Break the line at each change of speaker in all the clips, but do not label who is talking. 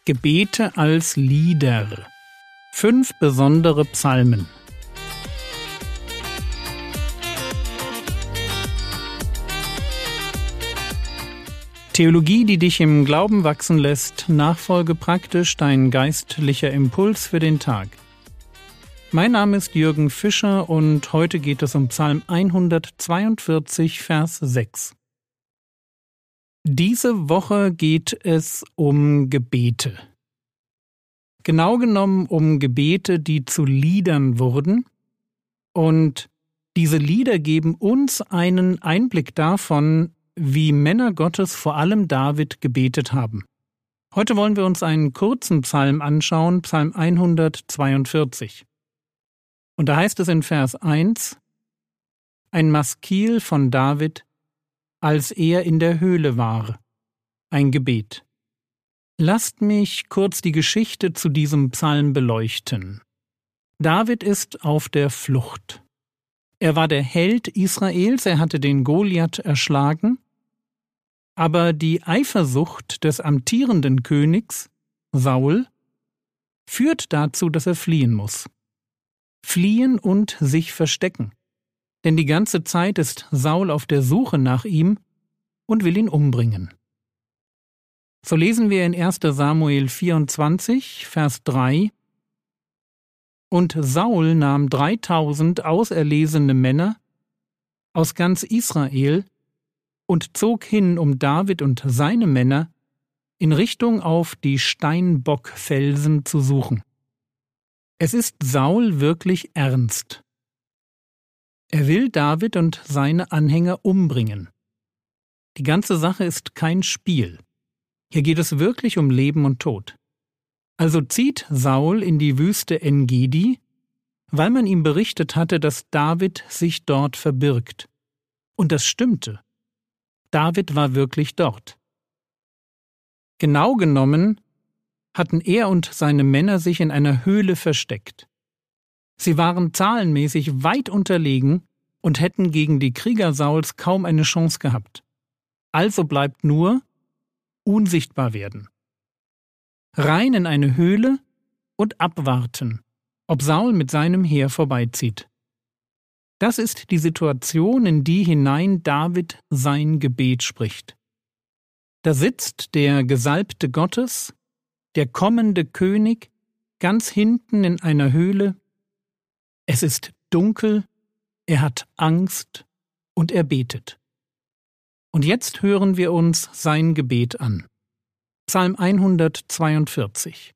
Gebete als Lieder. 5 besondere Psalmen. Theologie, die dich im Glauben wachsen lässt, nachfolge praktisch dein geistlicher Impuls für den Tag. Mein Name ist Jürgen Fischer und heute geht es um Psalm 142, Vers 6. Diese Woche geht es um Gebete. Genau genommen um Gebete, die zu Liedern wurden. Und diese Lieder geben uns einen Einblick davon, wie Männer Gottes, vor allem David, gebetet haben. Heute wollen wir uns einen kurzen Psalm anschauen, Psalm 142. Und da heißt es in Vers 1, ein Maskil von David, als er in der Höhle war. Ein Gebet. Lasst mich kurz die Geschichte zu diesem Psalm beleuchten. David ist auf der Flucht. Er war der Held Israels, er hatte den Goliath erschlagen, aber die Eifersucht des amtierenden Königs, Saul, führt dazu, dass er fliehen muss. Fliehen und sich verstecken. Denn die ganze Zeit ist Saul auf der Suche nach ihm und will ihn umbringen. So lesen wir in 1. Samuel 24, Vers 3: Und Saul nahm 3000 auserlesene Männer aus ganz Israel und zog hin, um David und seine Männer in Richtung auf die Steinbockfelsen zu suchen. Es ist Saul wirklich ernst. Er will David und seine Anhänger umbringen. Die ganze Sache ist kein Spiel. Hier geht es wirklich um Leben und Tod. Also zieht Saul in die Wüste En-Gedi, weil man ihm berichtet hatte, dass David sich dort verbirgt. Und das stimmte. David war wirklich dort. Genau genommen hatten er und seine Männer sich in einer Höhle versteckt. Sie waren zahlenmäßig weit unterlegen und hätten gegen die Krieger Sauls kaum eine Chance gehabt. Also bleibt nur unsichtbar werden. Rein in eine Höhle und abwarten, ob Saul mit seinem Heer vorbeizieht. Das ist die Situation, in die hinein David sein Gebet spricht. Da sitzt der Gesalbte Gottes, der kommende König, ganz hinten in einer Höhle. Es ist dunkel, er hat Angst und er betet. Und jetzt hören wir uns sein Gebet an. Psalm 142.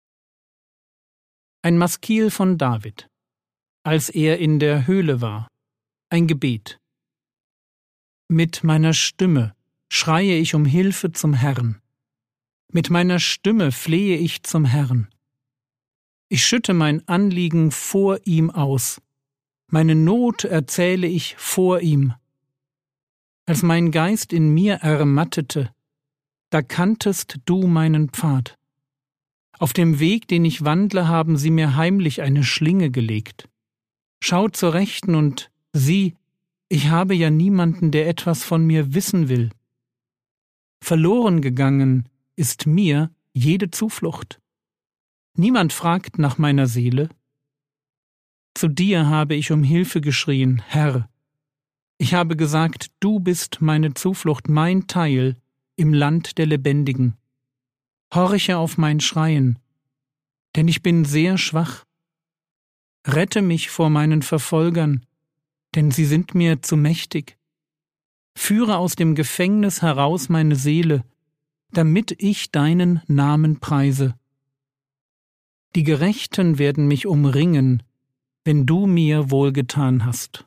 Ein Maskil von David, als er in der Höhle war. Ein Gebet. Mit meiner Stimme schreie ich um Hilfe zum Herrn. Mit meiner Stimme flehe ich zum Herrn. Ich schütte mein Anliegen vor ihm aus. Meine Not erzähle ich vor ihm. Als mein Geist in mir ermattete, da kanntest du meinen Pfad. Auf dem Weg, den ich wandle, haben sie mir heimlich eine Schlinge gelegt. Schau zur Rechten und sieh, ich habe ja niemanden, der etwas von mir wissen will. Verloren gegangen ist mir jede Zuflucht. Niemand fragt nach meiner Seele. Zu dir habe ich um Hilfe geschrien, Herr. Ich habe gesagt, du bist meine Zuflucht, mein Teil im Land der Lebendigen. Horche auf mein Schreien, denn ich bin sehr schwach. Rette mich vor meinen Verfolgern, denn sie sind mir zu mächtig. Führe aus dem Gefängnis heraus meine Seele, damit ich deinen Namen preise. Die Gerechten werden mich umringen, wenn du mir wohlgetan hast.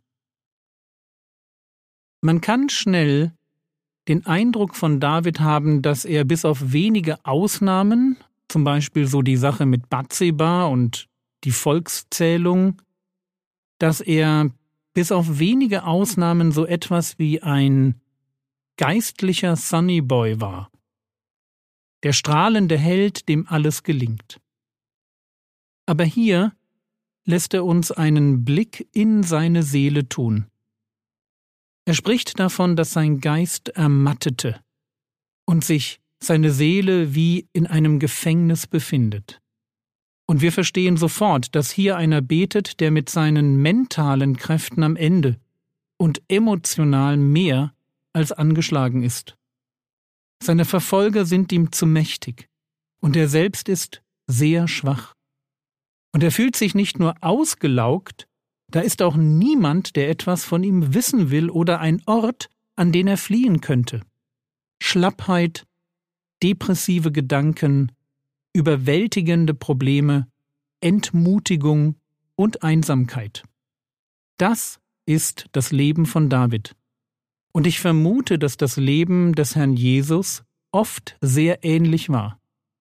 Man kann schnell den Eindruck von David haben, dass er bis auf wenige Ausnahmen, zum Beispiel so die Sache mit Bathseba und die Volkszählung, dass er bis auf wenige Ausnahmen so etwas wie ein geistlicher Sonnyboy war. Der strahlende Held, dem alles gelingt. Aber hier lässt er uns einen Blick in seine Seele tun. Er spricht davon, dass sein Geist ermattete und sich seine Seele wie in einem Gefängnis befindet. Und wir verstehen sofort, dass hier einer betet, der mit seinen mentalen Kräften am Ende und emotional mehr als angeschlagen ist. Seine Verfolger sind ihm zu mächtig, und er selbst ist sehr schwach. Und er fühlt sich nicht nur ausgelaugt, da ist auch niemand, der etwas von ihm wissen will oder ein Ort, an den er fliehen könnte. Schlappheit, depressive Gedanken, überwältigende Probleme, Entmutigung und Einsamkeit. Das ist das Leben von David. Und ich vermute, dass das Leben des Herrn Jesus oft sehr ähnlich war.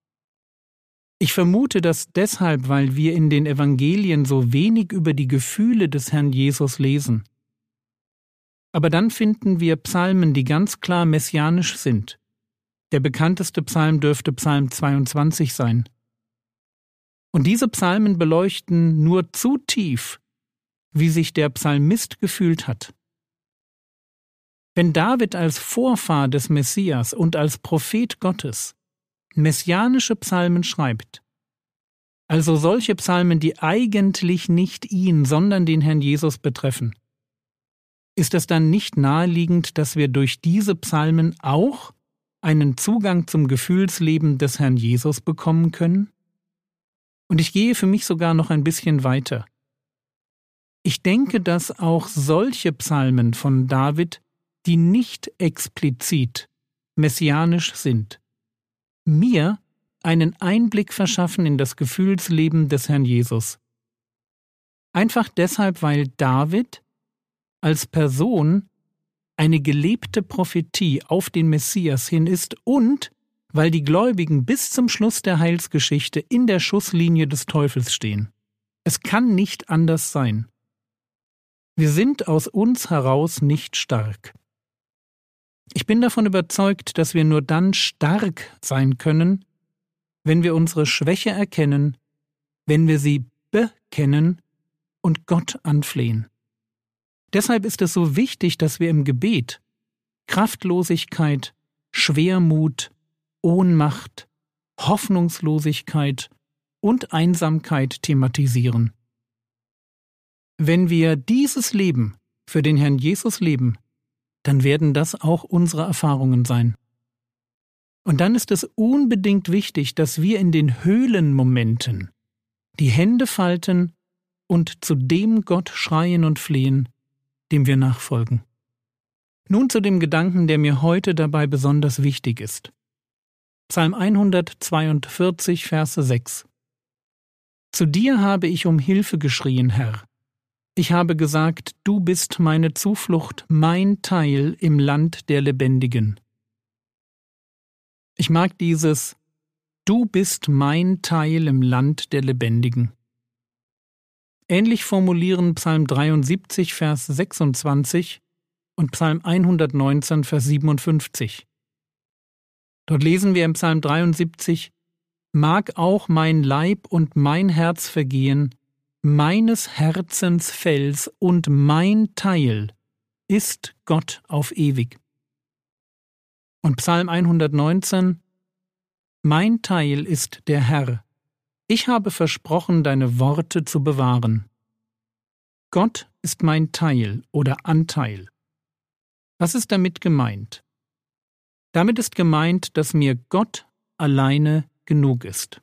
Ich vermute das deshalb, weil wir in den Evangelien so wenig über die Gefühle des Herrn Jesus lesen. Aber dann finden wir Psalmen, die ganz klar messianisch sind. Der bekannteste Psalm dürfte Psalm 22 sein. Und diese Psalmen beleuchten nur zu tief, wie sich der Psalmist gefühlt hat. Wenn David als Vorfahr des Messias und als Prophet Gottes messianische Psalmen schreibt, also solche Psalmen, die eigentlich nicht ihn, sondern den Herrn Jesus betreffen, ist es dann nicht naheliegend, dass wir durch diese Psalmen auch einen Zugang zum Gefühlsleben des Herrn Jesus bekommen können? Und ich gehe für mich sogar noch ein bisschen weiter. Ich denke, dass auch solche Psalmen von David, die nicht explizit messianisch sind, mir einen Einblick verschaffen in das Gefühlsleben des Herrn Jesus. Einfach deshalb, weil David als Person eine gelebte Prophetie auf den Messias hin ist und weil die Gläubigen bis zum Schluss der Heilsgeschichte in der Schusslinie des Teufels stehen. Es kann nicht anders sein. Wir sind aus uns heraus nicht stark. Ich bin davon überzeugt, dass wir nur dann stark sein können, wenn wir unsere Schwäche erkennen, wenn wir sie bekennen und Gott anflehen. Deshalb ist es so wichtig, dass wir im Gebet Kraftlosigkeit, Schwermut, Ohnmacht, Hoffnungslosigkeit und Einsamkeit thematisieren. Wenn wir dieses Leben für den Herrn Jesus leben, dann werden das auch unsere Erfahrungen sein. Und dann ist es unbedingt wichtig, dass wir in den Höhlenmomenten die Hände falten und zu dem Gott schreien und flehen, dem wir nachfolgen. Nun zu dem Gedanken, der mir heute dabei besonders wichtig ist. Psalm 142, Verse 6. Zu dir habe ich um Hilfe geschrien, Herr. Ich habe gesagt, du bist meine Zuflucht, mein Teil im Land der Lebendigen. Ich mag dieses Du bist mein Teil im Land der Lebendigen. Ähnlich formulieren Psalm 73, Vers 26 und Psalm 119, Vers 57. Dort lesen wir im Psalm 73, Mag auch mein Leib und mein Herz vergehen, meines Herzens Fels und mein Teil ist Gott auf ewig. Und Psalm 119, Mein Teil ist der Herr. Ich habe versprochen, deine Worte zu bewahren. Gott ist mein Teil oder Anteil. Was ist damit gemeint? Damit ist gemeint, dass mir Gott alleine genug ist.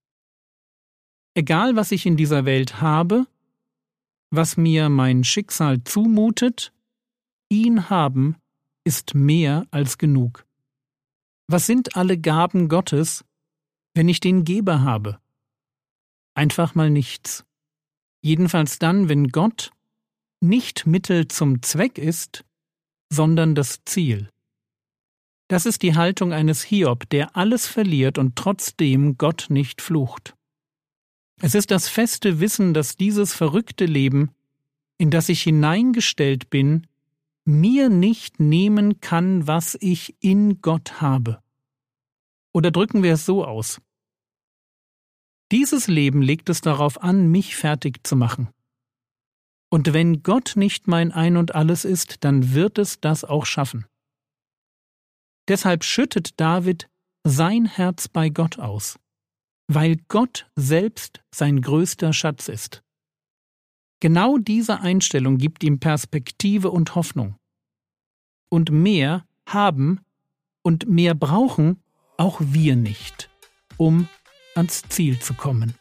Egal, was ich in dieser Welt habe, was mir mein Schicksal zumutet, ihn haben ist mehr als genug. Was sind alle Gaben Gottes, wenn ich den Geber habe? Einfach mal nichts. Jedenfalls dann, wenn Gott nicht Mittel zum Zweck ist, sondern das Ziel. Das ist die Haltung eines Hiob, der alles verliert und trotzdem Gott nicht flucht. Es ist das feste Wissen, dass dieses verrückte Leben, in das ich hineingestellt bin, mir nicht nehmen kann, was ich in Gott habe. Oder drücken wir es so aus. Dieses Leben legt es darauf an, mich fertig zu machen. Und wenn Gott nicht mein Ein und Alles ist, dann wird es das auch schaffen. Deshalb schüttet David sein Herz bei Gott aus, weil Gott selbst sein größter Schatz ist. Genau diese Einstellung gibt ihm Perspektive und Hoffnung. Und mehr haben und mehr brauchen auch wir nicht, um ans Ziel zu kommen.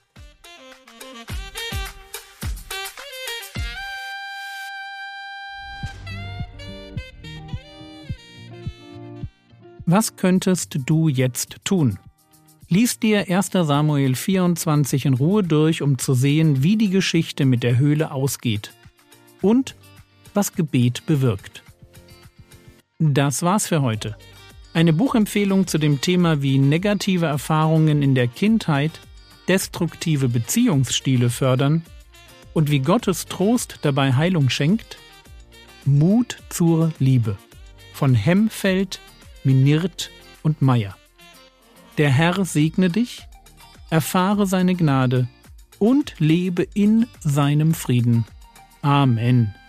Was könntest du jetzt tun? Lies dir 1. Samuel 24 in Ruhe durch, um zu sehen, wie die Geschichte mit der Höhle ausgeht und was Gebet bewirkt. Das war's für heute. Eine Buchempfehlung zu dem Thema, wie negative Erfahrungen in der Kindheit destruktive Beziehungsstile fördern und wie Gottes Trost dabei Heilung schenkt. Mut zur Liebe von Hemfeld, Minirt und Meyer. Der Herr segne dich, erfahre seine Gnade und lebe in seinem Frieden. Amen.